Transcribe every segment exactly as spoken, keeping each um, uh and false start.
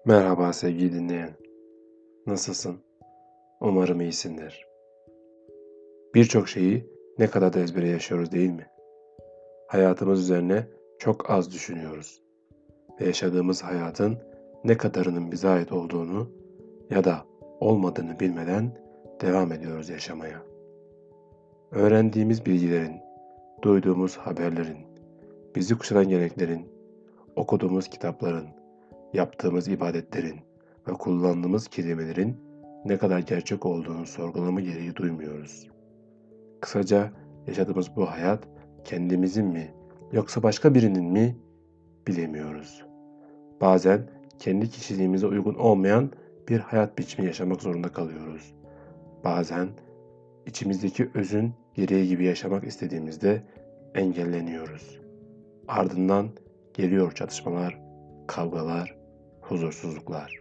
Merhaba sevgili dinleyen. Nasılsın? Umarım iyisindir. Birçok şeyi ne kadar da ezbere yaşıyoruz değil mi? Hayatımız üzerine çok az düşünüyoruz. Ve yaşadığımız hayatın ne kadarının bize ait olduğunu ya da olmadığını bilmeden devam ediyoruz yaşamaya. Öğrendiğimiz bilgilerin, duyduğumuz haberlerin, bizi kuşatan geleneklerin, okuduğumuz kitapların, yaptığımız ibadetlerin ve kullandığımız kelimelerin ne kadar gerçek olduğunu sorgulama gereği duymuyoruz. Kısaca yaşadığımız bu hayat kendimizin mi yoksa başka birinin mi bilemiyoruz. Bazen kendi kişiliğimize uygun olmayan bir hayat biçimi yaşamak zorunda kalıyoruz. Bazen içimizdeki özün gereği gibi yaşamak istediğimizde engelleniyoruz. Ardından geliyor çatışmalar, kavgalar, huzursuzluklar.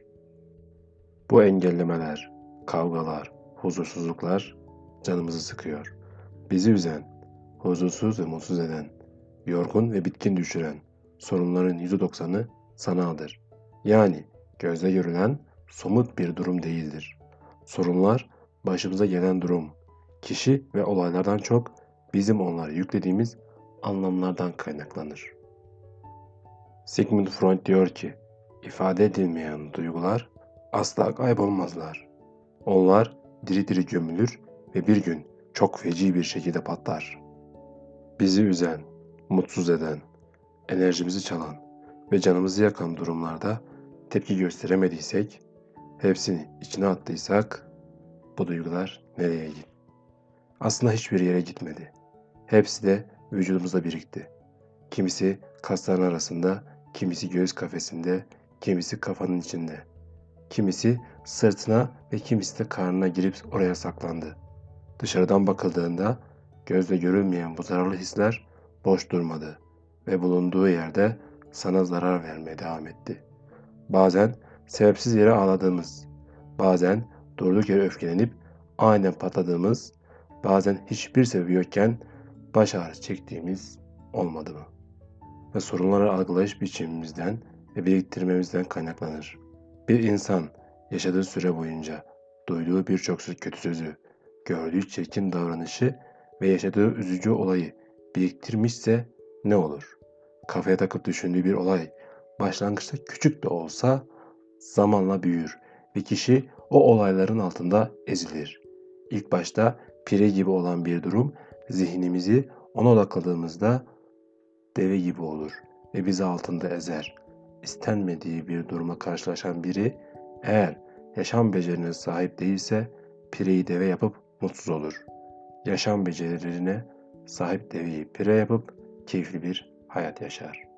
Bu engellemeler, kavgalar, huzursuzluklar canımızı sıkıyor. Bizi üzen, huzursuz ve mutsuz eden, yorgun ve bitkin düşüren sorunların yüzde doksanı sanaldır. Yani gözle görülen somut bir durum değildir. Sorunlar başımıza gelen durum, kişi ve olaylardan çok bizim onlara yüklediğimiz anlamlardan kaynaklanır. Sigmund Freud diyor ki, ifade edilmeyen duygular asla kaybolmazlar. Onlar diri diri gömülür ve bir gün çok feci bir şekilde patlar. Bizi üzen, mutsuz eden, enerjimizi çalan ve canımızı yakan durumlarda tepki gösteremediysek, hepsini içine attıysak, bu duygular nereye gitti? Aslında hiçbir yere gitmedi. Hepsi de vücudumuzda birikti. Kimisi kasların arasında, kimisi göğüs kafesinde, kimisi kafanın içinde. Kimisi sırtına ve kimisi de karnına girip oraya saklandı. Dışarıdan bakıldığında gözle görülmeyen bu zararlı hisler boş durmadı ve bulunduğu yerde sana zarar vermeye devam etti. Bazen sebepsiz yere ağladığımız, bazen durduk yere öfkelenip aynen patladığımız, bazen hiçbir sebebi yokken baş ağrısı çektiğimiz olmadı mı? Ve sorunları algılayış biçimimizden ve biriktirmemizden kaynaklanır. Bir insan yaşadığı süre boyunca duyduğu birçok kötü sözü, gördüğü çirkin davranışı ve yaşadığı üzücü olayı biriktirmişse ne olur? Kafaya takıp düşündüğü bir olay başlangıçta küçük de olsa zamanla büyür ve kişi o olayların altında ezilir. İlk başta pire gibi olan bir durum zihnimizi ona odakladığımızda deve gibi olur ve bizi altında ezer. İstenmediği bir duruma karşılaşan biri eğer yaşam becerilerine sahip değilse pireyi deve yapıp mutsuz olur. Yaşam becerilerine sahip deveyi pire yapıp keyifli bir hayat yaşar.